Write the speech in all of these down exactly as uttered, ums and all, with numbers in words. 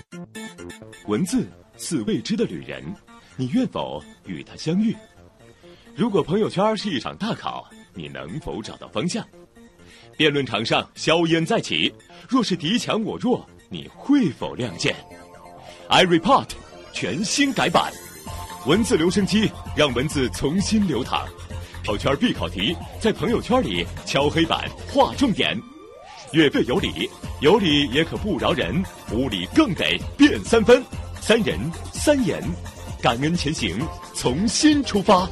文字似未知的旅人，你愿否与他相遇？如果朋友圈是一场大考，你能否找到方向？辩论场上硝烟再起，若是敌强我弱，你会否亮剑？ iReport 全新改版，文字留声机让文字重新流淌。朋友圈必考题，在朋友圈里敲黑板划重点。越辩有理，有理也可不饶人，无理更得辩三分。三人三言，感恩前行，从新出发。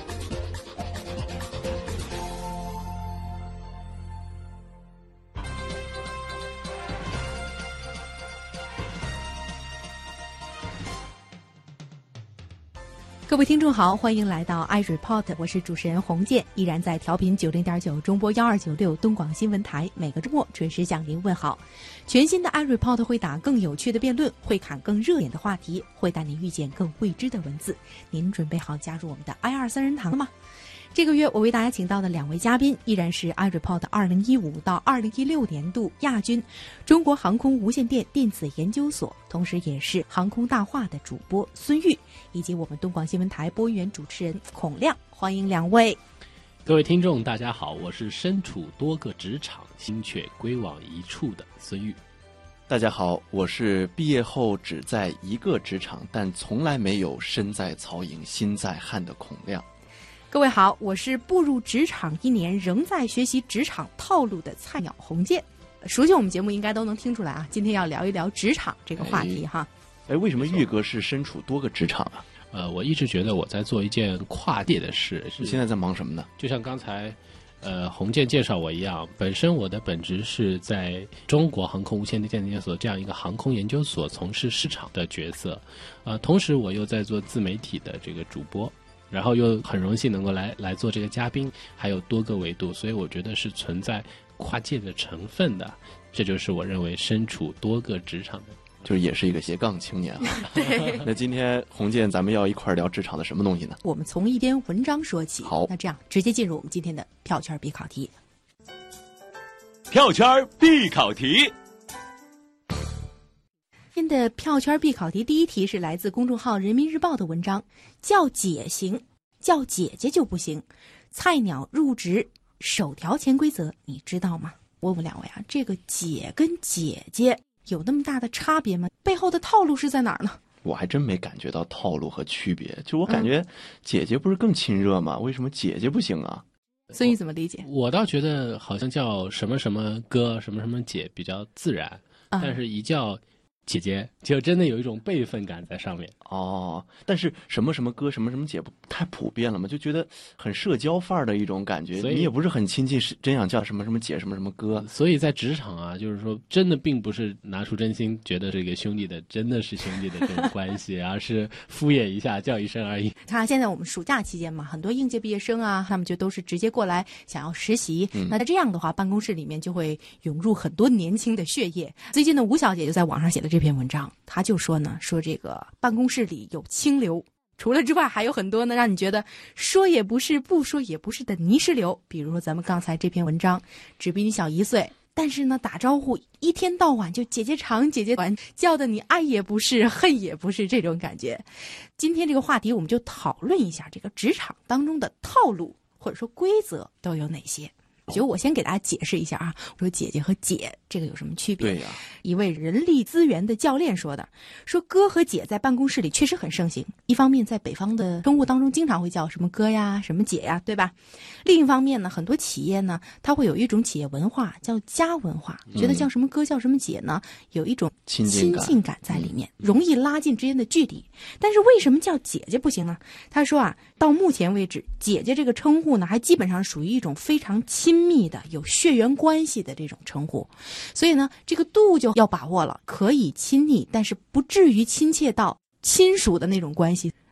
各位听众好，欢迎来到 iReport， 我是主持人洪建，依然在调频九零点九中波幺二九六东广新闻台，每个周末准时向您问好。全新的 iReport 会打更有趣的辩论，会侃更热点的话题，会带您遇见更未知的文字。您准备好加入我们的 i 二三人堂了吗？这个月我为大家请到的两位嘉宾依然是 iReport 二零一五到二零一六年度亚军，中国航空无线电电子研究所，同时也是航空大话的主播孙玉，以及我们东广新闻台播音员主持人孔亮，欢迎两位。 各位听众大家好，我是身处多个职场心却归往一处的孙玉。 大家好，我是毕业后只在一个职场但从来没有身在曹营心在汉的孔亮。 各位好，我是步入职场一年仍在学习职场套路的菜鸟洪建。熟悉我们节目应该都能听出来啊，今天要聊一聊职场这个话题哈。 哎，为什么玉哥是身处多个职场啊？ 呃，我一直觉得我在做一件跨界的事。 你现在在忙什么呢？ 就像刚才呃洪建介绍我一样，本身我的本职是在中国航空无线电电子研究所这样一个航空研究所从事市场的角色，呃，同时我又在做自媒体的这个主播。然后又很荣幸能够来来做这个嘉宾，还有多个维度，所以我觉得是存在跨界的成分的，这就是我认为身处多个职场的， 就是也是一个斜杠青年啊。对。那今天洪建咱们要一块聊职场的什么东西呢？ 我们从一篇文章说起。 好， 那这样直接进入我们今天的票圈必考题。 票圈必考题。 今天的票圈必考题第一题是来自公众号人民日报的文章，叫姐行，叫姐姐就不行，菜鸟入职首条潜规则你知道吗？问问两位啊，这个姐跟姐姐有那么大的差别吗？背后的套路是在哪儿呢？ 我还真没感觉到套路和区别，就我感觉姐姐不是更亲热吗？为什么姐姐不行啊？ 所以你怎么理解？ 我倒觉得好像叫什么什么哥什么什么姐比较自然，嗯、但是一叫姐姐就真的有一种辈分感在上面哦。但是什么什么哥什么什么姐不太普遍了嘛，就觉得很社交范儿的一种感觉，你也不是很亲近，是真想叫什么什么姐什么什么哥。 所以在职场啊，就是说真的并不是拿出真心觉得这个兄弟的真的是兄弟的这种关系，而是敷衍一下叫一声而已。 看现在我们暑假期间嘛，很多应届毕业生啊，他们就都是直接过来想要实习、嗯、那这样的话办公室里面就会涌入很多年轻的血液。最近呢，吴小姐就在网上写了这篇文章，她就说呢，说这个办公室里有清流，除了之外还有很多呢让你觉得说也不是不说也不是的泥石流。比如说咱们刚才这篇文章，只比你小一岁，但是呢打招呼一天到晚就姐姐长姐姐短，叫的你爱也不是恨也不是，这种感觉。今天这个话题我们就讨论一下这个职场当中的套路或者说规则都有哪些。就我先给大家解释一下啊，我说姐姐和姐这个有什么区别？ 对呀、啊， 一位人力资源的教练说的，说哥和姐在办公室里确实很盛行。一方面，在北方的生活当中，经常会叫什么哥呀、什么姐呀，对吧？另一方面呢，很多企业呢，它会有一种企业文化叫家文化，觉得叫什么哥叫什么姐呢，有一种亲近感在里面，容易拉近之间的距离。但是为什么叫姐姐不行呢？他说啊，到目前为止，姐姐这个称呼呢，还基本上属于一种非常亲密的有血缘关系的这种称呼，所以呢这个度就要把握了，可以亲昵但是不至于亲切到亲属的那种关系。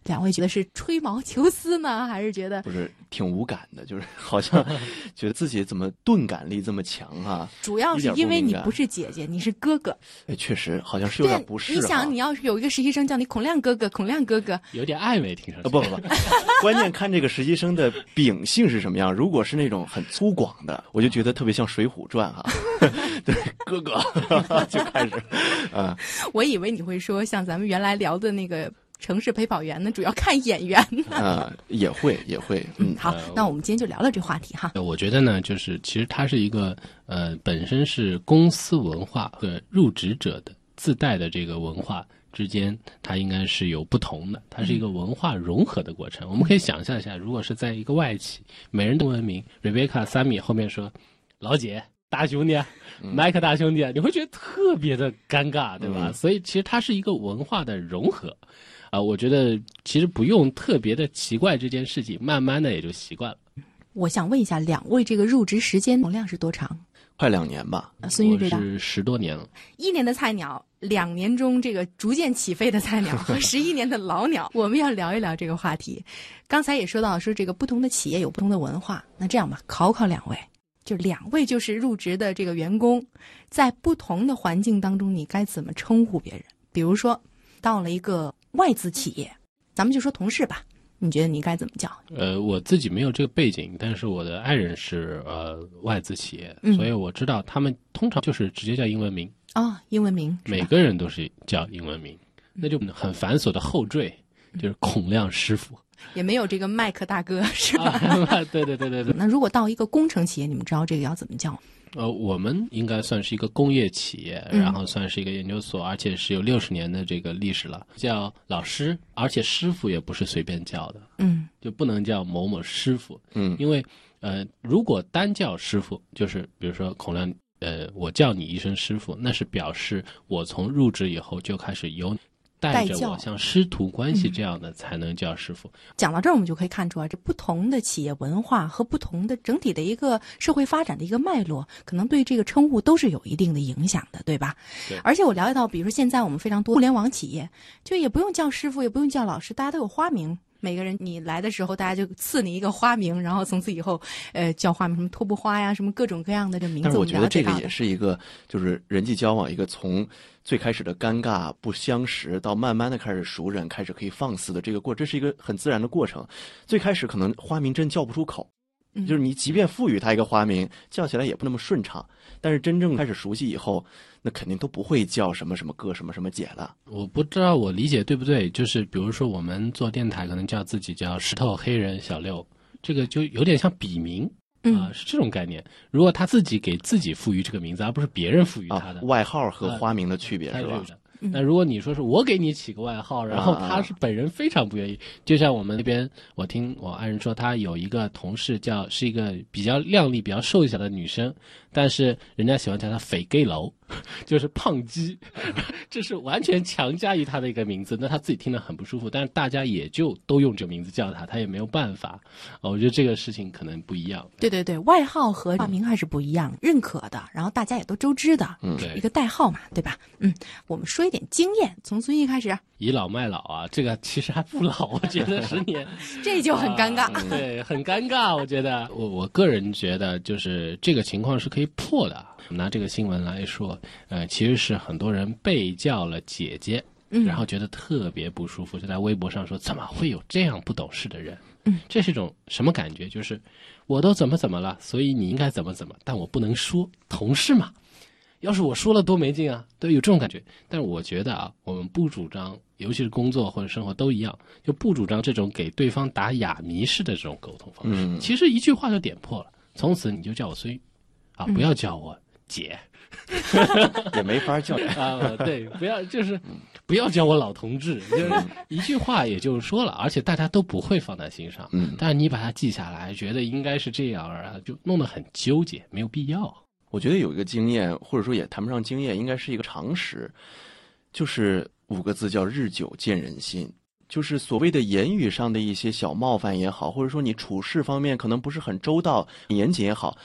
两位觉得是吹毛求疵呢，还是觉得不是挺无感的？就是好像觉得自己怎么钝感力这么强啊？ 主要是因为你不是姐姐，你是哥哥。 哎，确实好像是有点不适。 你想，你要是有一个实习生叫你孔亮哥哥，孔亮哥哥， 有点暧昧，听上去。 啊、不不不，关键看这个实习生的秉性是什么样。如果是那种很粗犷的，我就觉得特别像《水浒传》哈。对，哥哥就开始啊。 我以为你会说像咱们原来聊的那个城市陪跑员呢，主要看眼缘啊，也会也会。嗯， 好，那我们今天就聊聊这话题哈。 我觉得呢，就是其实它是一个呃，本身是公司文化和入职者的自带的这个文化之间，它应该是有不同的，它是一个文化融合的过程。嗯、我们可以想象一下，如果是在一个外企，每人都文明 ，Rebecca、Sammy 后面说老姐。大兄弟，麦克大兄弟，你会觉得特别的尴尬，对吧？嗯、所以其实它是一个文化的融合，啊、呃，我觉得其实不用特别的奇怪这件事情，慢慢的也就习惯了。 我想问一下，两位这个入职时间总量是多长？ 快两年吧。 孙玉这边是十多年了。 一年的菜鸟，两年中这个逐渐起飞的菜鸟和十一年的老鸟，我们要聊一聊这个话题。刚才也说到说这个不同的企业有不同的文化，那这样吧，考考两位。就两位就是入职的这个员工，在不同的环境当中，你该怎么称呼别人？比如说，到了一个外资企业，咱们就说同事吧，你觉得你该怎么叫？ 呃，我自己没有这个背景，但是我的爱人是呃外资企业， 嗯、 所以我知道他们通常就是直接叫英文名哦，英文名， 每个人都是叫英文名，那就很繁琐的后缀，就是孔亮师傅。 也没有这个麦克大哥是吧？ 啊、对对对对对。 那如果到一个工程企业，你们知道这个要怎么叫？ 呃，我们应该算是一个工业企业，然后算是一个研究所，嗯、而且是有六十年的这个历史了，叫老师，而且师傅也不是随便叫的， 嗯， 就不能叫某某师傅， 嗯， 因为呃，如果单叫师傅，就是比如说孔亮，呃，我叫你一声师傅，那是表示我从入职以后就开始有。带着我像师徒关系这样的才能叫师傅。 嗯、讲到这儿，我们就可以看出啊，这不同的企业文化和不同的整体的一个社会发展的一个脉络，可能对这个称呼都是有一定的影响的，对吧？ 对。 而且我了解到，比如说现在我们非常多互联网企业，就也不用叫师傅，也不用叫老师，大家都有花名。每个人你来的时候，大家就赐你一个花名，然后从此以后，呃，叫花名什么托布花呀，什么各种各样的这名字。 但是我觉得这个也是一个，就是人际交往一个从最开始的尴尬不相识，到慢慢的开始熟人，开始可以放肆的这个过，这是一个很自然的过程。最开始可能花名真叫不出口， 嗯、 就是你即便赋予他一个花名，叫起来也不那么顺畅。但是真正开始熟悉以后，那肯定都不会叫什么什么哥什么什么姐了。 我不知道我理解对不对，就是比如说我们做电台可能叫自己叫石头黑人小六，这个就有点像笔名啊、呃，是这种概念。如果他自己给自己赋予这个名字，而不是别人赋予他的、 啊、外号和花名的区别、呃、是吧？ 那如果你说是我给你起个外号，然后他是本人非常不愿意，就像我们那边，我听我爱人说，他有一个同事叫是一个比较靓丽、比较瘦小的女生，但是人家喜欢叫她肥 gay 楼，就是胖鸡，这是完全强加于他的一个名字，那他自己听得很不舒服，但是大家也就都用这个名字叫他，他也没有办法。哦，我觉得这个事情可能不一样。 对对对，外号和化名还是不一样，认可的，然后大家也都周知的， 嗯， 一个代号嘛，对吧？嗯，我们说一点经验，从孙毅开始。 倚老卖老啊，这个其实还不老，我觉得十年， 这就很尴尬、 啊。对，很尴尬。我觉得，我我个人觉得，就是这个情况是可以破的。拿这个新闻来说，呃，其实是很多人被叫了姐姐， 嗯、 然后觉得特别不舒服，就在微博上说，怎么会有这样不懂事的人？ 嗯， 这是一种什么感觉？就是我都怎么怎么了，所以你应该怎么怎么，但我不能说，同事嘛。要是我说了多没劲啊，都有这种感觉。但是我觉得啊，我们不主张，尤其是工作或者生活都一样，就不主张这种给对方打哑谜式的这种沟通方式。 嗯、 其实一句话就点破了，从此你就叫我孙玉，啊，不要叫我姐， 嗯、也没法叫啊。对，不要就是不要叫我老同志，就是一句话也就说了，而且大家都不会放在心上。 嗯， 但是你把它记下来，觉得应该是这样啊，就弄得很纠结，没有必要。 我觉得有一个经验，或者说也谈不上经验，应该是一个常识，就是五个字叫日久见人心。就是所谓的言语上的一些小冒犯也好，或者说你处事方面可能不是很周到、严谨也好，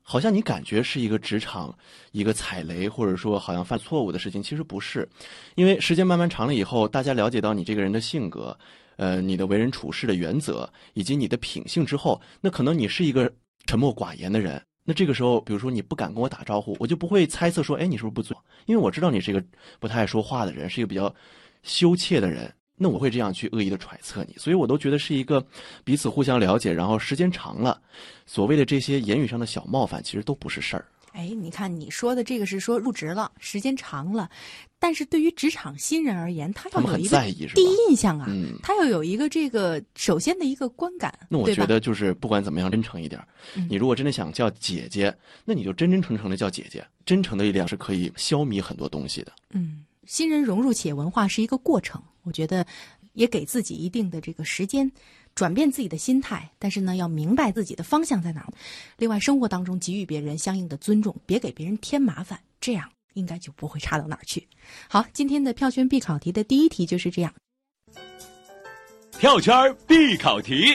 好像你感觉是一个职场一个踩雷，或者说好像犯错误的事情，其实不是。因为时间慢慢长了以后，大家了解到你这个人的性格，呃，你的为人处事的原则以及你的品性之后，那可能你是一个沉默寡言的人。那这个时候，比如说你不敢跟我打招呼，我就不会猜测说，哎，你是不是不尊重？因为我知道你是一个不太爱说话的人，是一个比较羞怯的人。那我会这样去恶意的揣测你，所以我都觉得是一个彼此互相了解，然后时间长了，所谓的这些言语上的小冒犯，其实都不是事儿。 哎，你看你说的这个是说入职了，时间长了，但是对于职场新人而言，他要有一个第一印象啊， 嗯， 他要有一个这个首先的一个观感。 那我觉得就是不管怎么样，真诚一点。你如果真的想叫姐姐，那你就真真诚诚的叫姐姐。真诚的力量是可以消弭很多东西的。 嗯，新人融入企业文化是一个过程，我觉得也给自己一定的这个时间。转变自己的心态，但是呢，要明白自己的方向在哪儿。另外，生活当中给予别人相应的尊重，别给别人添麻烦，这样应该就不会差到哪儿去。好，今天的票圈必考题的第一题就是这样。 票圈必考题。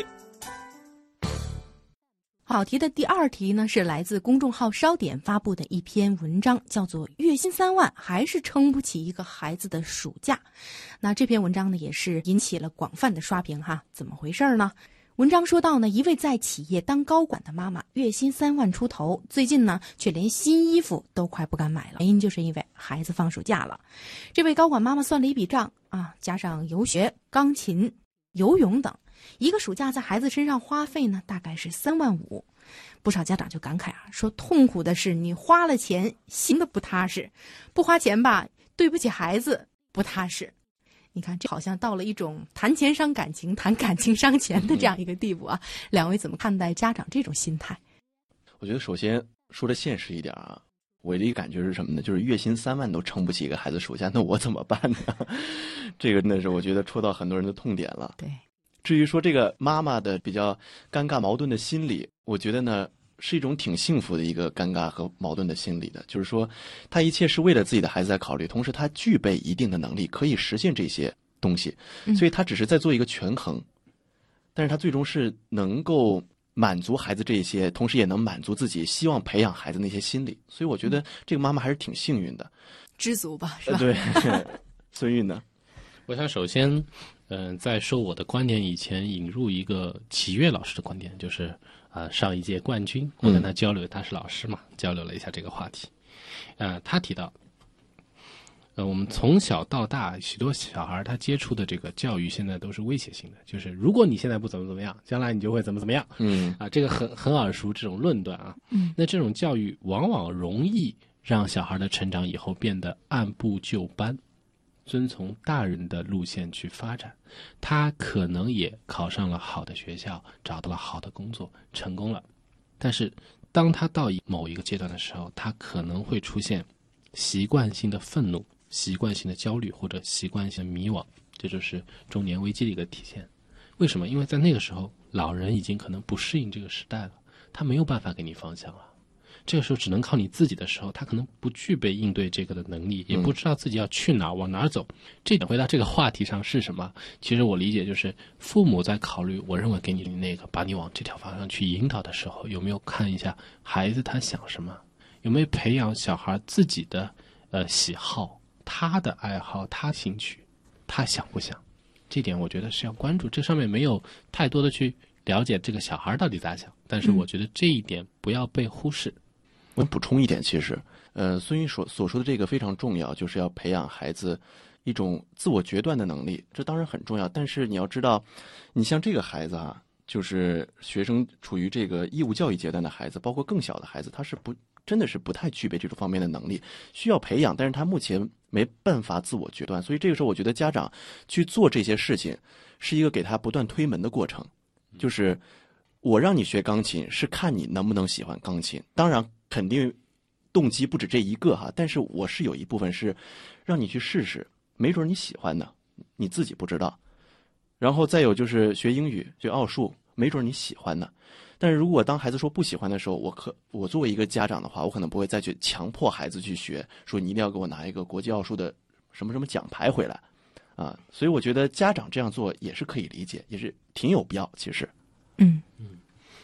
考题的第二题呢，是来自公众号烧点发布的一篇文章，叫做月薪三万还是撑不起一个孩子的暑假。那这篇文章呢，也是引起了广泛的刷屏哈。怎么回事呢？文章说到呢，一位在企业当高管的妈妈，月薪三万出头，最近呢却连新衣服都快不敢买了，原因就是因为孩子放暑假了。这位高管妈妈算了一笔账啊，加上游学、钢琴、游泳等，一个暑假在孩子身上花费呢，大概是三万五。不少家长就感慨啊，说痛苦的是你花了钱，心的不踏实；不花钱吧，对不起孩子，不踏实。你看，这好像到了一种谈钱伤感情、谈感情伤钱的这样一个地步啊。两位怎么看待家长这种心态？ 我觉得首先说的现实一点啊，我的一个感觉是什么呢？就是月薪三万都撑不起一个孩子暑假，那我怎么办呢？这个那是我觉得戳到很多人的痛点了。 对。 至于说这个妈妈的比较尴尬矛盾的心理，我觉得呢是一种挺幸福的一个尴尬和矛盾的心理的，就是说她一切是为了自己的孩子在考虑，同时她具备一定的能力可以实现这些东西，所以她只是在做一个权衡，但是她最终是能够满足孩子这些，同时也能满足自己希望培养孩子那些心理，所以我觉得这个妈妈还是挺幸运的， 知足吧，是吧？ 对。孙玉呢？ 我想首先，嗯、呃，在说我的观点以前，引入一个齐越老师的观点，就是啊、呃，上一届冠军，我跟他交流，嗯、他是老师嘛，交流了一下这个话题。呃，他提到，呃，我们从小到大，许多小孩他接触的这个教育，现在都是威胁性的，就是如果你现在不怎么怎么样，将来你就会怎么怎么样。嗯，啊，这个很很耳熟这种论断啊。嗯，那这种教育往往容易让小孩的成长以后变得按部就班。遵从大人的路线去发展，他可能也考上了好的学校，找到了好的工作，成功了。但是当他到某一个阶段的时候，他可能会出现习惯性的愤怒、习惯性的焦虑或者习惯性的迷惘，这就是中年危机的一个体现。为什么？因为在那个时候，老人已经可能不适应这个时代了，他没有办法给你方向了。这个时候只能靠你自己的时候，他可能不具备应对这个的能力，也不知道自己要去哪儿往哪儿走。这点回到这个话题上是什么？其实我理解就是父母在考虑，我认为给你那个把你往这条方向去引导的时候，有没有看一下孩子他想什么，有没有培养小孩自己的呃喜好，他的爱好，他兴趣，他想不想？这点我觉得是要关注。这上面没有太多的去了解这个小孩到底咋想，但是我觉得这一点不要被忽视。 我补充一点，其实，呃，孙玉所所说的这个非常重要，就是要培养孩子一种自我决断的能力，这当然很重要。但是你要知道，你像这个孩子啊，就是学生处于这个义务教育阶段的孩子，包括更小的孩子，他是不真的是不太具备这种方面的能力，需要培养，但是他目前没办法自我决断。所以这个时候，我觉得家长去做这些事情，是一个给他不断推门的过程，就是我让你学钢琴，是看你能不能喜欢钢琴，当然。肯定动机不止这一个哈，但是我是有一部分是让你去试试，没准你喜欢的，你自己不知道。然后再有就是学英语、学奥数，没准你喜欢的。但是如果当孩子说不喜欢的时候，我可我作为一个家长的话，我可能不会再去强迫孩子去学，说你一定要给我拿一个国际奥数的什么什么奖牌回来啊。所以我觉得家长这样做也是可以理解，也是挺有必要。其实， 嗯嗯。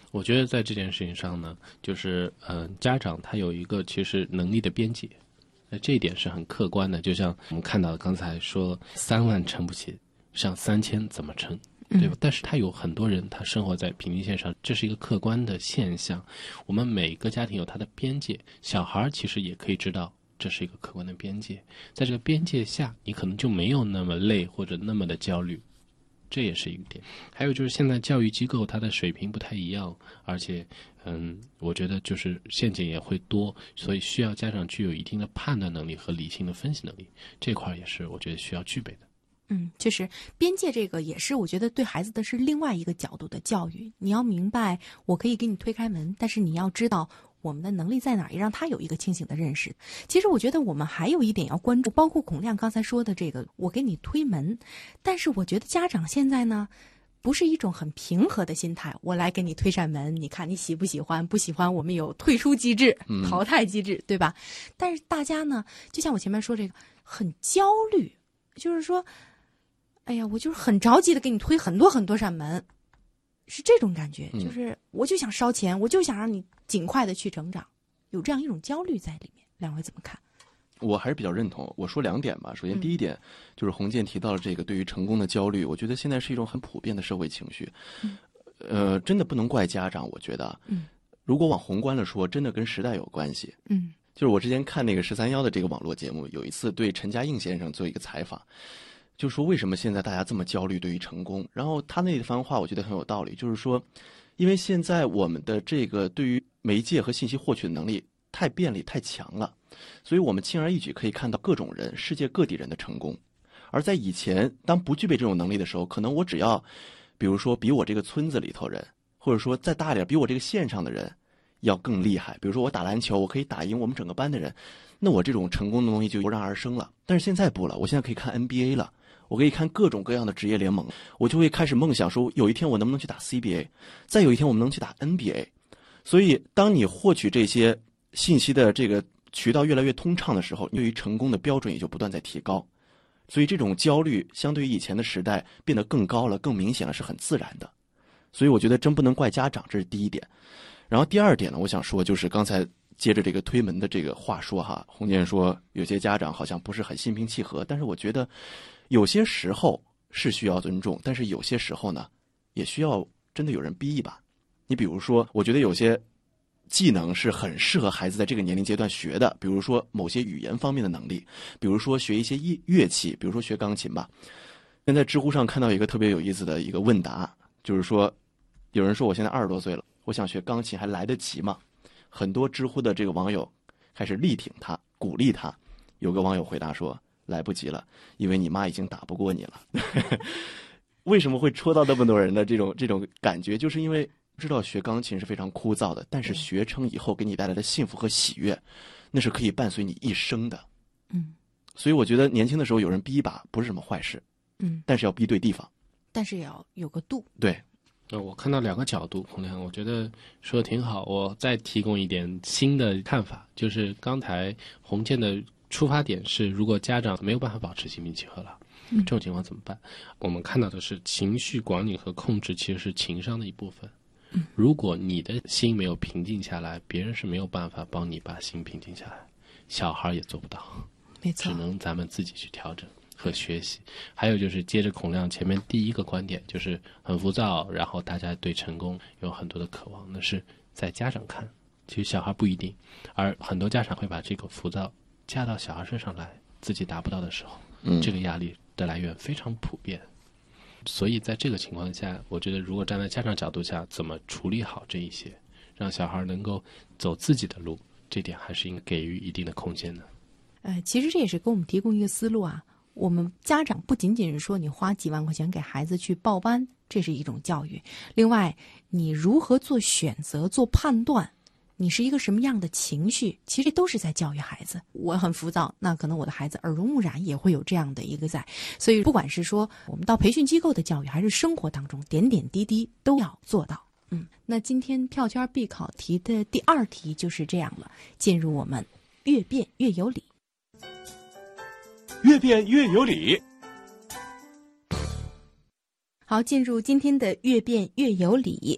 我觉得在这件事情上呢，就是嗯、呃，家长他有一个其实能力的边界，那这一点是很客观的。就像我们看到刚才说三万撑不起，像三千怎么撑，对吧？嗯、但是他有很多人他生活在贫经线上，这是一个客观的现象。我们每个家庭有他的边界，小孩其实也可以知道这是一个客观的边界，在这个边界下，你可能就没有那么累或者那么的焦虑。这也是一点。还有就是现在教育机构它的水平不太一样，而且嗯，我觉得就是陷阱也会多，所以需要家长具有一定的判断能力和理性的分析能力，这块也是我觉得需要具备的。 嗯，确实，边界这个也是我觉得对孩子的是另外一个角度的教育。你要明白，我可以给你推开门，但是你要知道我们的能力在哪儿，也让他有一个清醒的认识。其实我觉得我们还有一点要关注，包括孔亮刚才说的这个，我给你推门，但是我觉得家长现在呢，不是一种很平和的心态，我来给你推扇门，你看你喜不喜欢，不喜欢我们有退出机制、淘汰机制，对吧？但是大家呢，就像我前面说这个，很焦虑，就是说，哎呀，我就是很着急的给你推很多很多扇门，是这种感觉，就是我就想烧钱，我就想让你尽快的去成长，有这样一种焦虑在里面。两位怎么看？ 我还是比较认同。我说两点吧。首先，第一点、嗯、就是洪建提到了这个对于成功的焦虑，我觉得现在是一种很普遍的社会情绪。嗯、呃，真的不能怪家长，我觉得，嗯，如果往宏观了说，真的跟时代有关系。嗯，就是我之前看那个十三幺的这个网络节目，有一次对陈嘉映先生做一个采访。就说为什么现在大家这么焦虑对于成功，然后他那番话我觉得很有道理，就是说因为现在我们的这个对于媒介和信息获取的能力太便利太强了，所以我们轻而易举可以看到各种人世界各地人的成功。而在以前当不具备这种能力的时候，可能我只要比如说比我这个村子里头人，或者说再大点比我这个县上的人要更厉害，比如说我打篮球我可以打赢我们整个班的人，那我这种成功的东西就油然而生了。但是现在不了，我现在可以看 N B A 了，我可以看各种各样的职业联盟，我就会开始梦想说有一天我能不能去打 C B A， 再有一天我们能去打 N B A。 所以当你获取这些信息的这个渠道越来越通畅的时候，对于成功的标准也就不断在提高，所以这种焦虑相对于以前的时代变得更高了，更明显了，是很自然的。所以我觉得真不能怪家长，这是第一点。然后第二点呢，我想说就是刚才接着这个推门的这个话说哈，洪建说有些家长好像不是很心平气和，但是我觉得有些时候是需要尊重，但是有些时候呢也需要真的有人逼一把。你比如说我觉得有些技能是很适合孩子在这个年龄阶段学的，比如说某些语言方面的能力，比如说学一些乐器，比如说学钢琴吧。现在知乎上看到一个特别有意思的一个问答，就是说有人说我现在二十多岁了，我想学钢琴还来得及吗？很多知乎的这个网友开始力挺他，鼓励他。有个网友回答说来不及了，因为你妈已经打不过你了。为什么会戳到那么多人的这种这种感觉，就是因为知道学钢琴是非常枯燥的，但是学成以后给你带来的幸福和喜悦，那是可以伴随你一生的。嗯，所以我觉得年轻的时候有人逼一把不是什么坏事。嗯，但是要逼对地方， 但是也要有个度。 对。 呃，我看到两个角度，洪亮，我觉得说的挺好。我再提供一点新的看法，就是刚才洪建的出发点是，如果家长没有办法保持心平气和了，嗯、这种情况怎么办？我们看到的是情绪管理和控制其实是情商的一部分。嗯、如果你的心没有平静下来，别人是没有办法帮你把心平静下来，小孩也做不到， 没错， 只能咱们自己去调整和学习。还有就是接着孔亮前面第一个观点，就是很浮躁，然后大家对成功有很多的渴望，那是在家长看，其实小孩不一定，而很多家长会把这个浮躁加到小孩身上来，自己达不到的时候，嗯，这个压力的来源非常普遍。所以在这个情况下，我觉得如果站在家长角度下，怎么处理好这一些，让小孩能够走自己的路，这点还是应该给予一定的空间的。 呃，其实这也是给我们提供一个思路啊。我们家长不仅仅是说你花几万块钱给孩子去报班，这是一种教育。另外，你如何做选择、做判断，你是一个什么样的情绪，其实都是在教育孩子。我很浮躁，那可能我的孩子耳濡目染也会有这样的一个在。所以不管是说我们到培训机构的教育，还是生活当中点点滴滴都要做到。嗯，那今天票圈必考题的第二题就是这样了，进入我们越辩越有理。 越辩越有理。 好，进入今天的越辩越有理。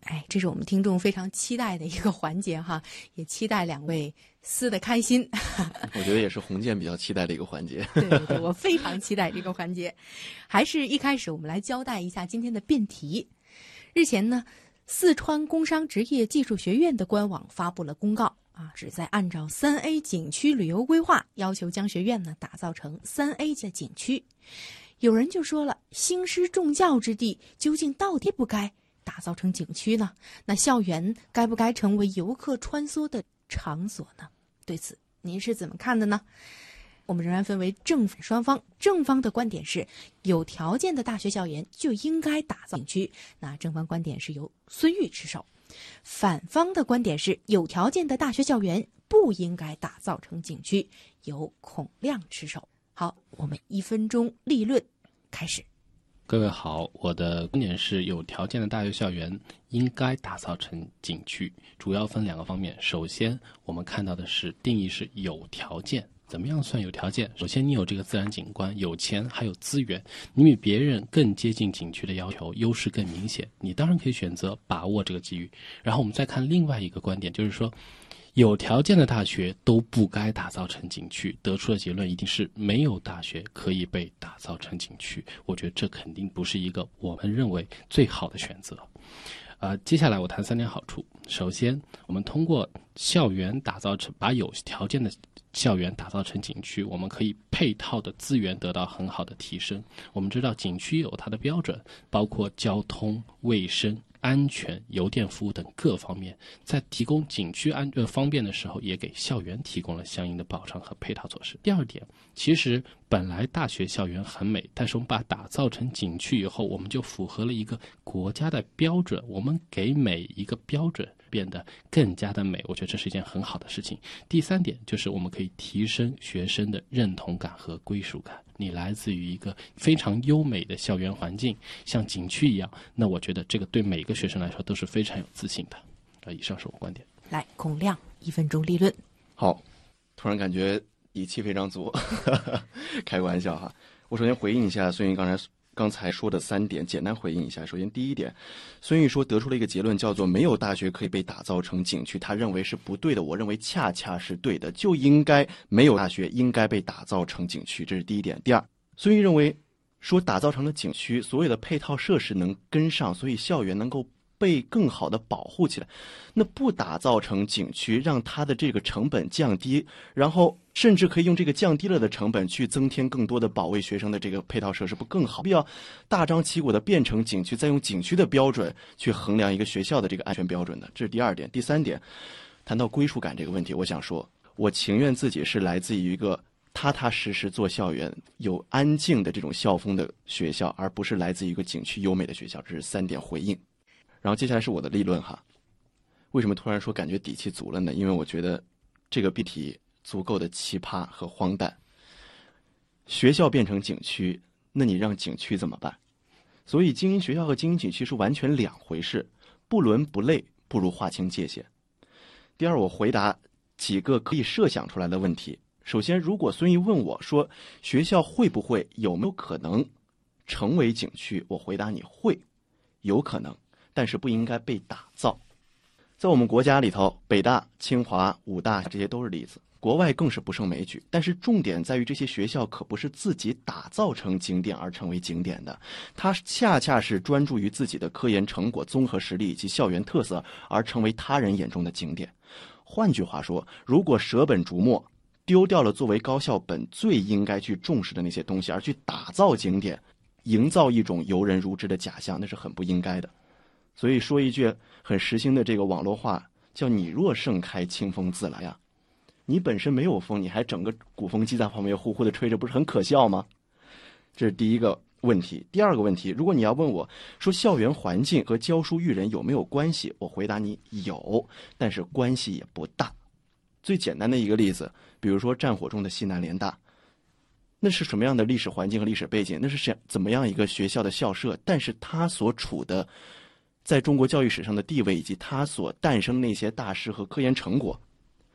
哎，这是我们听众非常期待的一个环节哈，也期待两位撕得开心。 我觉得也是鸿渐比较期待的一个环节。 对对对，我非常期待这个环节。还是一开始我们来交代一下今天的辩题。日前呢，四川工商职业技术学院的官网发布了公告啊，旨在按照三 A 景区旅游规划，要求将学院呢打造成三 A 的景区。有人就说了，兴师重教之地，究竟到底不该打造成景区呢？那校园该不该成为游客穿梭的场所呢？对此您是怎么看的呢？我们仍然分为正反双方，正方的观点是有条件的大学校园就应该打造景区，那正方观点是由孙玉持守。反方的观点是有条件的大学校园不应该打造成景区，由孔亮持守。好，我们一分钟立论开始。 各位好，我的观点是有条件的大学校园应该打造成景区，主要分两个方面。首先我们看到的是定义是有条件，怎么样算有条件？首先你有这个自然景观，有钱还有资源，你比别人更接近景区的要求，优势更明显，你当然可以选择把握这个机遇。然后我们再看另外一个观点，就是说有条件的大学都不该打造成景区，得出的结论一定是没有大学可以被打造成景区。我觉得这肯定不是一个我们认为最好的选择。呃，接下来我谈三点好处。首先，我们通过校园打造成把有条件的校园打造成景区，我们可以配套的资源得到很好的提升。我们知道景区有它的标准，包括交通、卫生、安全、邮电服务等各方面，在提供景区安呃方便的时候，也给校园提供了相应的保障和配套措施。第二点，其实本来大学校园很美，但是我们把它打造成景区以后，我们就符合了一个国家的标准，我们给每一个标准变得更加的美，我觉得这是一件很好的事情。第三点就是我们可以提升学生的认同感和归属感。你来自于一个非常优美的校园环境，像景区一样，那我觉得这个对每个学生来说都是非常有自信的。呃，以上是我观点。 来，孔亮，一分钟立论。 好，突然感觉底气非常足，开个玩笑哈。我首先回应一下孙云刚才刚才说的三点，简单回应一下。首先第一点，孙玉说得出了一个结论，叫做没有大学可以被打造成景区，他认为是不对的，我认为恰恰是对的，就应该没有大学应该被打造成景区，这是第一点。第二，孙玉认为说打造成了景区，所有的配套设施能跟上，所以校园能够被更好的保护起来。那不打造成景区，让它的这个成本降低，然后甚至可以用这个降低了的成本去增添更多的保卫学生的这个配套设施，不更好？必要大张旗鼓的变成景区，再用景区的标准去衡量一个学校的这个安全标准的。这是第二点。第三点，谈到归属感这个问题，我想说，我情愿自己是来自于一个踏踏实实做校园、有安静的这种校风的学校，而不是来自于一个景区优美的学校。这是三点回应。然后接下来是我的立论哈。为什么突然说感觉底气足了呢？因为我觉得这个辩题足够的奇葩和荒诞。学校变成景区，那你让景区怎么办？所以经营学校和经营景区是完全两回事，不伦不类，不如划清界限。第二，我回答几个可以设想出来的问题。首先，如果孙毅问我说学校会不会有没有可能成为景区，我回答你会，有可能，但是不应该被打造。在我们国家里头，北大、清华、武大这些都是例子，国外更是不胜枚举。但是重点在于这些学校可不是自己打造成景点而成为景点的，它恰恰是专注于自己的科研成果、综合实力以及校园特色而成为他人眼中的景点。换句话说，如果舍本逐末，丢掉了作为高校本最应该去重视的那些东西，而去打造景点，营造一种游人如织的假象，那是很不应该的。所以说一句很时兴的这个网络话，叫你若盛开，清风自来呀。你本身没有风，你还整个鼓风机在旁边呼呼的吹着，不是很可笑吗？这是第一个问题。第二个问题，如果你要问我说校园环境和教书育人有没有关系，我回答你有，但是关系也不大。最简单的一个例子，比如说战火中的西南联大，那是什么样的历史环境和历史背景？那是怎么样一个学校的校舍？但是它所处的在中国教育史上的地位，以及它所诞生那些大师和科研成果，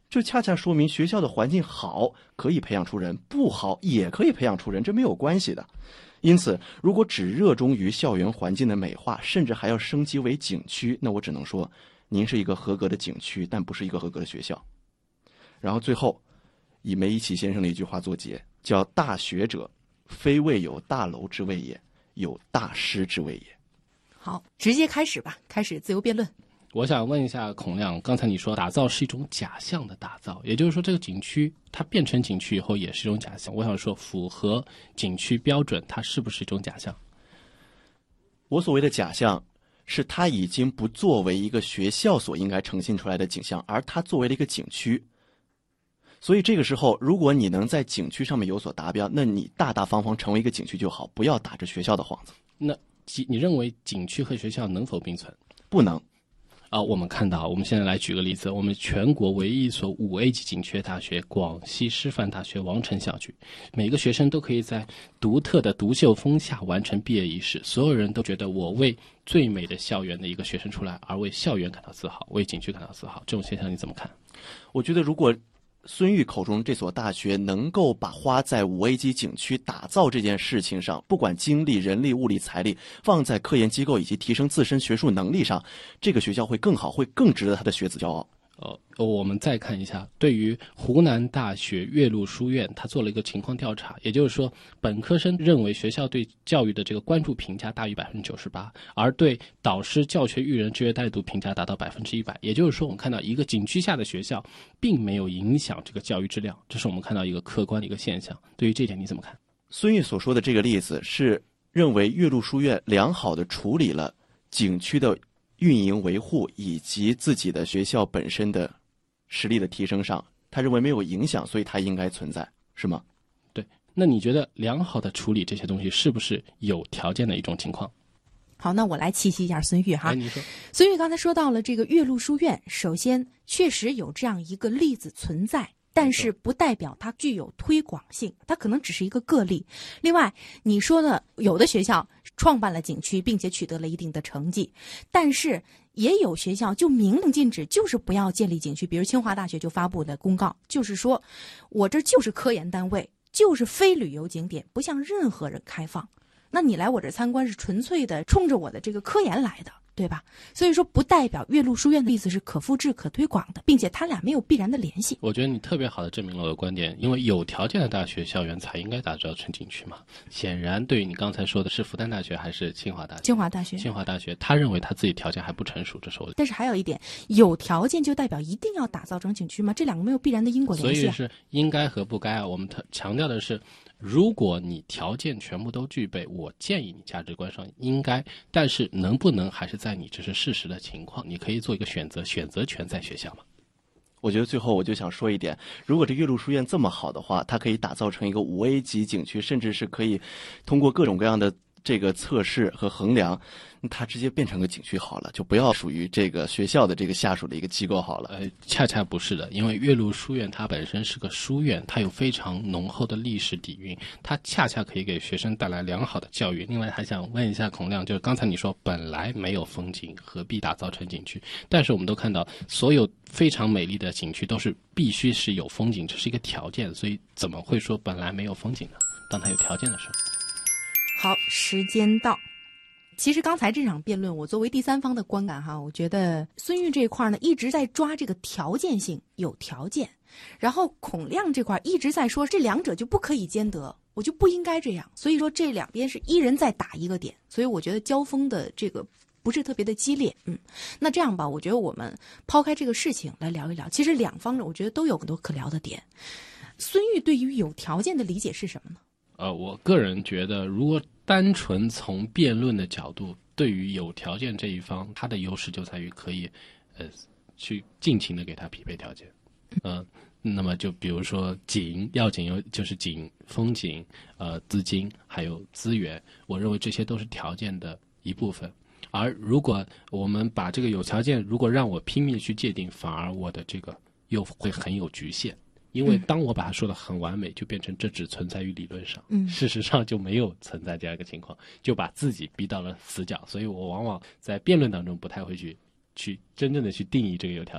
这恰恰说明学校的环境好可以培养出人，不好也可以培养出人，这没有关系的。因此，如果只热衷于校园环境的美化，甚至还要升级为景区，那我只能说，您是一个合格的景区，但不是一个合格的学校。然后最后，以梅贻琦先生的一句话作结，叫“大学者，非谓有大楼之谓也，有大师之谓也”。 好，直接开始吧，开始自由辩论。 我想问一下孔亮，刚才你说打造是一种假象的打造，也就是说这个景区它变成景区以后也是一种假象。我想说，符合景区标准，它是不是一种假象？ 我所谓的假象，是它已经不作为一个学校所应该呈现出来的景象，而它作为了一个景区。所以这个时候，如果你能在景区上面有所达标，那你大大方方成为一个景区就好，不要打着学校的幌子。 那你认为景区和学校能否并存？ 不能。 啊，我们看到，我们现在来举个例子，我们全国唯一一所五 A 级景区大学——广西师范大学王城校区，每个学生都可以在独特的独秀风下完成毕业仪式，所有人都觉得我为最美的校园的一个学生出来，而为校园感到自豪，为景区感到自豪。这种现象你怎么看？ 我觉得，如果孙玉口中这所大学能够把花在五 A 级景区打造这件事情上，不管精力、人力、物力、财力放在科研机构以及提升自身学术能力上，这个学校会更好，会更值得他的学子骄傲。 呃，我们再看一下，对于湖南大学岳麓书院，他做了一个情况调查，也就是说，本科生认为学校对教育的这个关注评价大于百分之九十八，而对导师、教学育人、职业态度评价达到百分之一百。也就是说，我们看到一个景区下的学校，并没有影响这个教育质量，这是我们看到一个客观的一个现象。对于这点你怎么看？ 孙玉所说的这个例子是认为岳麓书院良好的处理了景区的运营维护以及自己的学校本身的实力的提升上，他认为没有影响，所以它应该存在，是吗？ 对。那你觉得良好的处理这些东西是不是有条件的一种情况？ 好，那我来气息一下孙玉哈。 哎，你说。 孙玉刚才说到了这个岳麓书院，首先确实有这样一个例子存在，但是不代表它具有推广性，它可能只是一个个例。另外，你说的有的学校创办了景区，并且取得了一定的成绩，但是也有学校就明令禁止，就是不要建立景区。比如清华大学就发布的公告，就是说我这就是科研单位，就是非旅游景点，不向任何人开放。那你来我这参观是纯粹的冲着我的这个科研来的，对吧？所以说不代表岳麓书院的例子是可复制可推广的，并且它俩没有必然的联系。 我觉得你特别好的证明了我的观点，因为有条件的大学校园才应该打造成景区嘛。显然对于你刚才说的是复旦大学还是清华大学？ 清华大学。 清华大学他认为他自己条件还不成熟，这是我的。 但是还有一点，有条件就代表一定要打造成景区吗？这两个没有必然的因果联系、啊、 所以是应该和不该啊。我们强调的是，如果你条件全部都具备，我建议你价值观上应该，但是能不能还是在你这是事实的情况，你可以做一个选择，选择权在学校嘛。 我觉得最后我就想说一点，如果这岳麓书院这么好的话，它可以打造成一个五 A 级景区，甚至是可以通过各种各样的这个测试和衡量，它直接变成个景区好了，就不要属于这个学校的这个下属的一个机构好了。 呃，恰恰不是的，因为岳麓书院它本身是个书院，它有非常浓厚的历史底蕴，它恰恰可以给学生带来良好的教育。另外还想问一下孔亮，就是刚才你说本来没有风景，何必打造成景区？但是我们都看到，所有非常美丽的景区都是必须是有风景，这是一个条件，所以怎么会说本来没有风景呢？当它有条件的时候。 好，时间到。其实刚才这场辩论，我作为第三方的观感哈，我觉得孙玉这一块呢一直在抓这个条件性，有条件，然后孔亮这块一直在说这两者就不可以兼得，我就不应该这样。所以说这两边是一人在打一个点，所以我觉得交锋的这个不是特别的激烈。嗯，那这样吧，我觉得我们抛开这个事情来聊一聊，其实两方我觉得都有很多可聊的点。孙玉对于有条件的理解是什么呢？ 呃，我个人觉得，如果单纯从辩论的角度，对于有条件这一方，他的优势就在于可以，呃，去尽情的给他匹配条件。嗯、呃，那么就比如说景，要景有就是景、风景、呃资金还有资源，我认为这些都是条件的一部分。而如果我们把这个有条件，如果让我拼命去界定，反而我的这个又会很有局限。因为当我把它说的很完美，就变成这只存在于理论上，嗯，事实上就没有存在这样一个情况，就把自己逼到了死角。所以我往往在辩论当中不太会去去真正的去定义这个有条件。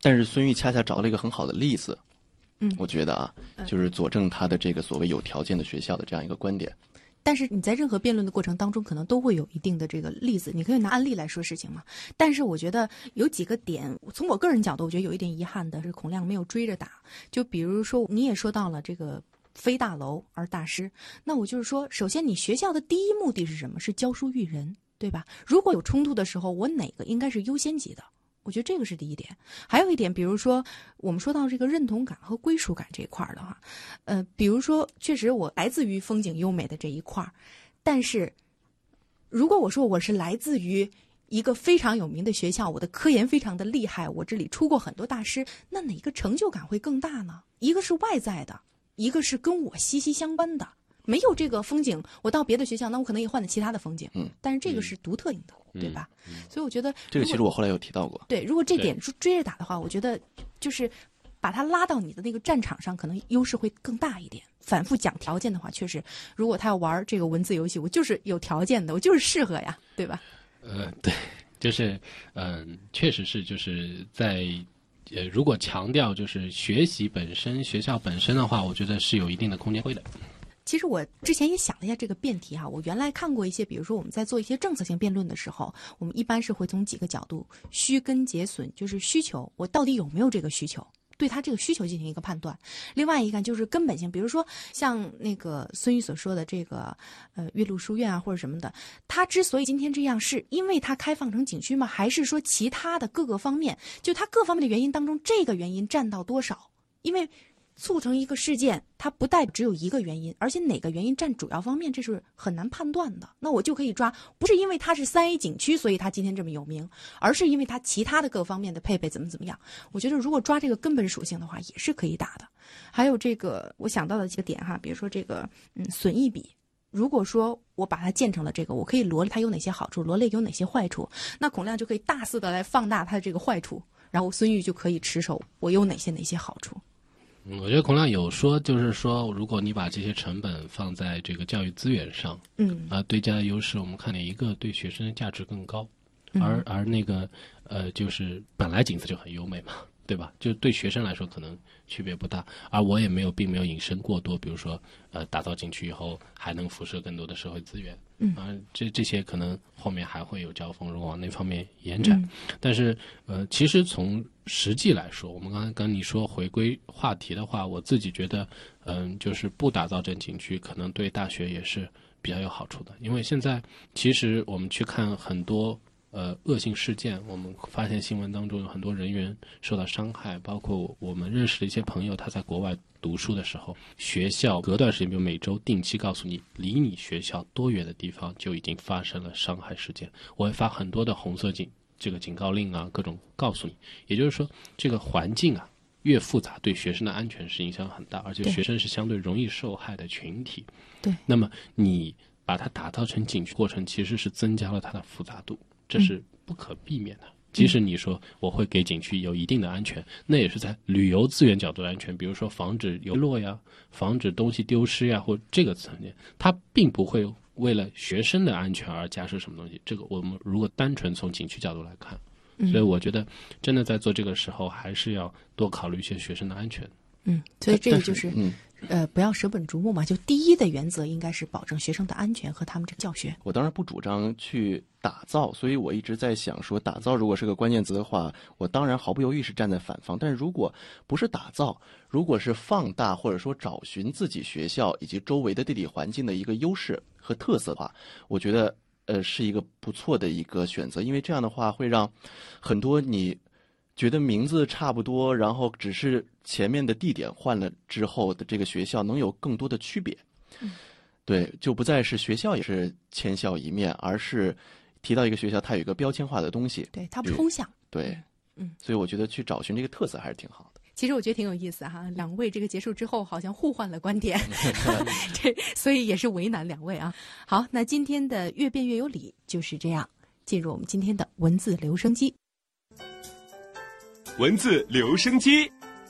但是孙玉恰恰找了一个很好的例子， 嗯， 我觉得啊，就是佐证他的这个所谓有条件的学校的这样一个观点。 但是你在任何辩论的过程当中，可能都会有一定的这个例子，你可以拿案例来说事情嘛。但是我觉得有几个点，从我个人角度，我觉得有一点遗憾的是孔亮没有追着打。就比如说，你也说到了这个非大楼而大师，那我就是说，首先你学校的第一目的是什么？是教书育人，对吧？如果有冲突的时候，我哪个应该是优先级的？我觉得这个是第一点。还有一点，比如说我们说到这个认同感和归属感这一块的话，呃，比如说确实我来自于风景优美的这一块，但是如果我说我是来自于一个非常有名的学校，我的科研非常的厉害，我这里出过很多大师，那哪个成就感会更大呢？一个是外在的，一个是跟我息息相关的。没有这个风景，我到别的学校，那我可能也换了其他的风景。嗯，但是这个是独特性的，嗯、对吧？嗯、所以我觉得这个其实我后来有提到过。 对，如果这点追着打的话，我觉得就是把它拉到你的那个战场上，可能优势会更大一点。反复讲条件的话，确实，如果他要玩这个文字游戏，我就是有条件的，我就是适合呀，对吧？ 呃，对，就是嗯、呃，确实是就是在。呃，如果强调就是学习本身、学校本身的话，我觉得是有一定的空间会的。 其实我之前也想了一下这个辩题哈，我原来看过一些，比如说我们在做一些政策性辩论的时候，我们一般是会从几个角度，需根结损，就是需求，我到底有没有这个需求，对他这个需求进行一个判断。另外一个就是根本性，比如说像那个孙玉所说的这个呃岳麓书院啊或者什么的，他之所以今天这样，是因为它开放成景区吗？还是说其他的各个方面，就它各方面的原因当中，这个原因占到多少？因为促成一个事件，它不代表只有一个原因，而且哪个原因占主要方面，这是很难判断的。那我就可以抓，不是因为它是三 A 景区，所以它今天这么有名，而是因为它其他的各方面的配备怎么怎么样。我觉得如果抓这个根本属性的话，也是可以打的。还有这个我想到的几个点哈，比如说这个嗯损益比。如果说我把它建成了这个，我可以罗列它有哪些好处，罗列有哪些坏处，那孔亮就可以大肆的来放大它的这个坏处，然后孙玉就可以持守我有哪些哪些好处。 嗯，我觉得孔亮有说，就是说，如果你把这些成本放在这个教育资源上，嗯，啊，对家的优势，我们看哪一个对学生的价值更高，而而那个呃，就是本来景色就很优美嘛，对吧？就对学生来说可能区别不大，而我也没有并没有引申过多，比如说呃，打造景区以后还能辐射更多的社会资源，嗯，啊，这这些可能后面还会有交锋，如果往那方面延展，嗯、但是呃，其实从实际来说，我们刚才跟你说回归话题的话，我自己觉得，嗯，就是不打造成景区，可能对大学也是比较有好处的。因为现在其实我们去看很多呃恶性事件，我们发现新闻当中有很多人员受到伤害，包括我们认识的一些朋友，他在国外读书的时候，学校隔段时间，比如每周定期告诉你，离你学校多远的地方就已经发生了伤害事件。我会发很多的红色警。这个警告令啊，各种告诉你，也就是说，这个环境啊越复杂，对学生的安全是影响很大，而且学生是相对容易受害的群体。 对， 那么你把它打造成景区过程，其实是增加了它的复杂度，这是不可避免的。嗯、即使你说我会给景区有一定的安全，那也是在旅游资源角度的安全，比如说防止游落呀，防止东西丢失呀，或这个层面，它并不会为了学生的安全而加设什么东西，这个我们如果单纯从景区角度来看，嗯、所以我觉得真的在做这个时候，还是要多考虑一些学生的安全。 嗯，所以这个就是，嗯、呃，不要舍本逐末嘛。就第一的原则应该是保证学生的安全和他们这个教学。 我当然不主张去打造，所以我一直在想说，打造如果是个关键词的话，我当然毫不犹豫是站在反方。但是如果不是打造，如果是放大或者说找寻自己学校以及周围的地理环境的一个优势和特色的话，我觉得呃是一个不错的一个选择，因为这样的话会让很多你觉得名字差不多，然后只是前面的地点换了之后的这个学校能有更多的区别。嗯，对，就不再是学校也是千校一面，而是提到一个学校，它有一个标签化的东西， 对，它不抽象。 对，嗯，所以我觉得去找寻这个特色还是挺好的。 其实我觉得挺有意思哈，两位这个结束之后好像互换了观点，这所以也是为难两位啊。好，那今天的越辩越有理就是这样，进入我们今天的文字留声机。 文字留声机。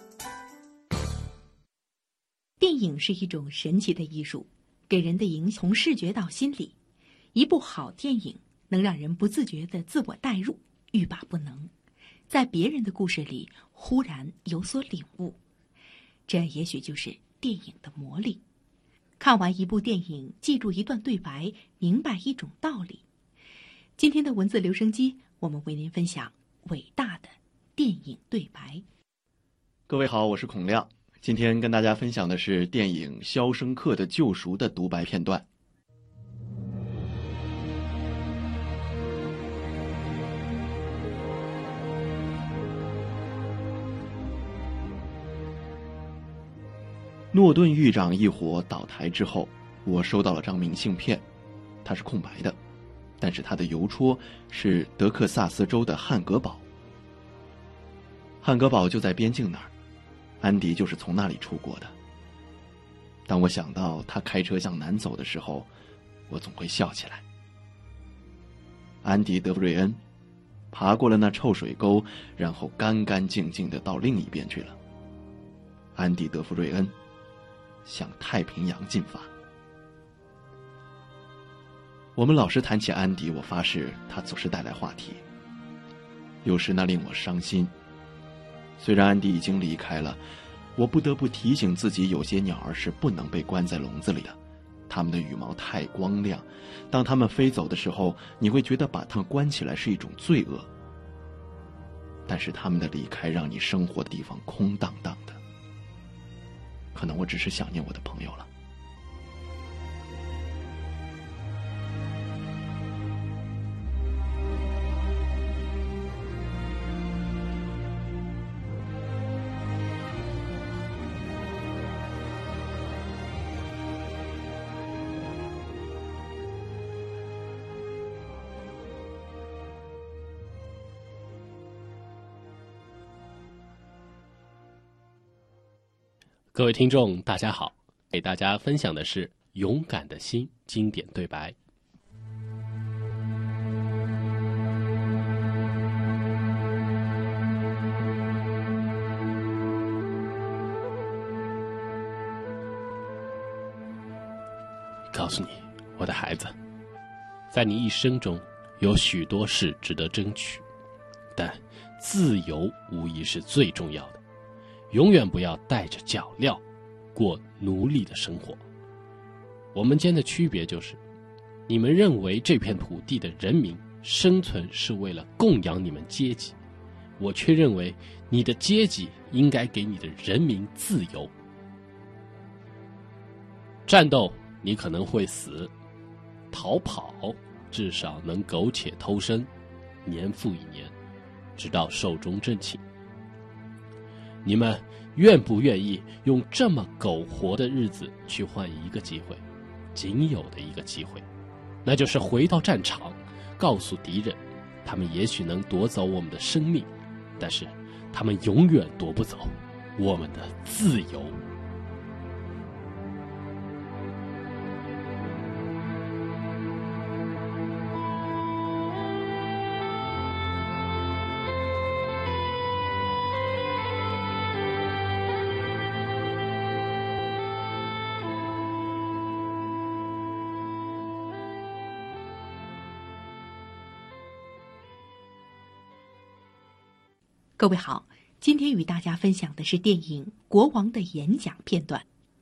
电影是一种神奇的艺术，给人的影响从视觉到心理。一部好电影能让人不自觉地自我代入，欲罢不能。 在别人的故事里忽然有所领悟，这也许就是电影的魔力。看完一部电影，记住一段对白，明白一种道理。今天的文字留声机，我们为您分享伟大的电影对白。 各位好，我是孔亮，今天跟大家分享的是电影《肖申克的救赎》的独白片段。诺顿狱长一伙倒台之后，我收到了张明信片，它是空白的，但是它的邮戳是德克萨斯州的汉格堡。汉格堡就在边境那儿，安迪就是从那里出国的。当我想到他开车向南走的时候，我总会笑起来。安迪·德弗瑞恩爬过了那臭水沟，然后干干净净地到另一边去了。安迪·德弗瑞恩向太平洋进发。我们老是谈起安迪，我发誓他总是带来话题，有时那令我伤心。虽然安迪已经离开了，我不得不提醒自己，有些鸟儿是不能被关在笼子里的，它们的羽毛太光亮，当它们飞走的时候，你会觉得把它们关起来是一种罪恶。但是它们的离开让你生活的地方空荡荡的。可能我只是想念我的朋友了。 各位听众大家好，给大家分享的是《勇敢的心》经典对白。告诉你，我的孩子，在你一生中有许多事值得争取，但自由无疑是最重要的。永远不要带着脚镣过奴隶的生活。我们间的区别就是，你们认为这片土地的人民生存是为了供养你们阶级，我却认为你的阶级应该给你的人民自由。战斗你可能会死，逃跑至少能苟且偷生，年复一年，直到寿终正寝。你们愿不愿意用这么苟活的日子去换一个机会，仅有的一个机会，那就是回到战场，告诉敌人，他们也许能夺走我们的生命，但是他们永远夺不走我们的自由。 各位好，今天与大家分享的是电影《国王的演讲》片段。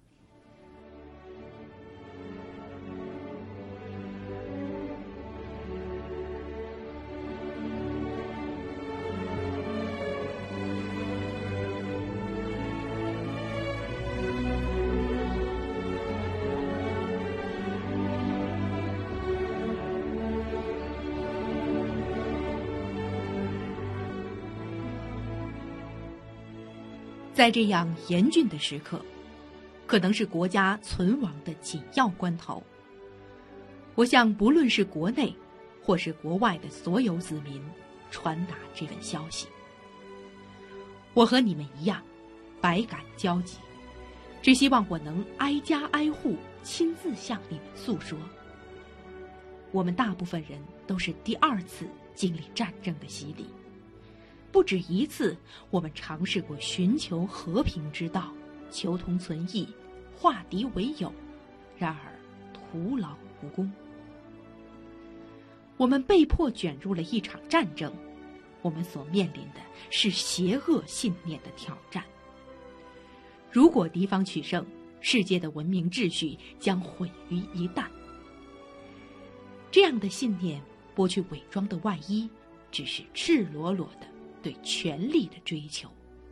在这样严峻的时刻，可能是国家存亡的紧要关头，我向不论是国内或是国外的所有子民传达这份消息。我和你们一样，百感交集，只希望我能挨家挨户亲自向你们诉说。我们大部分人都是第二次经历战争的洗礼，不止一次，我们尝试过寻求和平之道，求同存异，化敌为友，然而徒劳无功。我们被迫卷入了一场战争， 我们所面临的是邪恶信念的挑战。如果敌方取胜，世界的文明秩序将毁于一旦。这样的信念剥去伪装的外衣，只是赤裸裸的对权力的追求。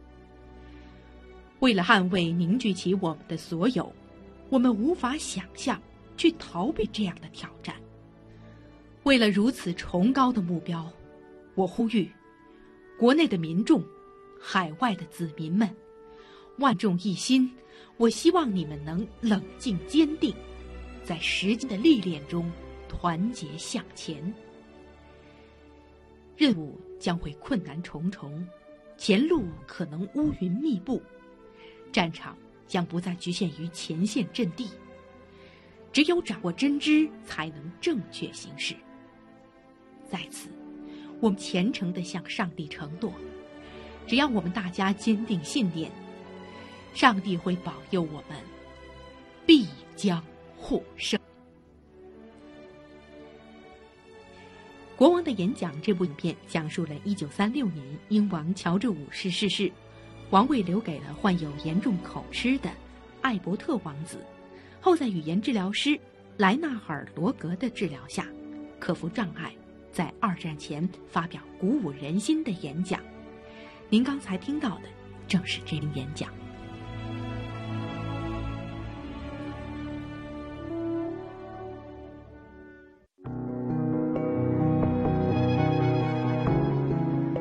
为了捍卫凝聚起我们的所有，我们无法想象去逃避这样的挑战。为了如此崇高的目标，我呼吁国内的民众、海外的子民们，万众一心，我希望你们能冷静坚定，在时间的历练中团结向前。任务将会困难重重，前路可能乌云密布，战场将不再局限于前线阵地，只有掌握真知，才能正确行事。在此，我们虔诚地向上帝承诺，只要我们大家坚定信念，上帝会保佑我们，必将获胜。国王的演讲这部影片讲述了一九三六年英王乔治五世逝世，王位留给了患有严重口吃的艾伯特王子，后在语言治疗师莱纳尔·罗格的治疗下，克服障碍，在二战前发表鼓舞人心的演讲。您刚才听到的正是这名演讲。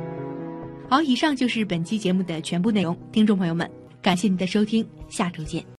好，以上就是本期节目的全部内容。听众朋友们，感谢您的收听，下周见。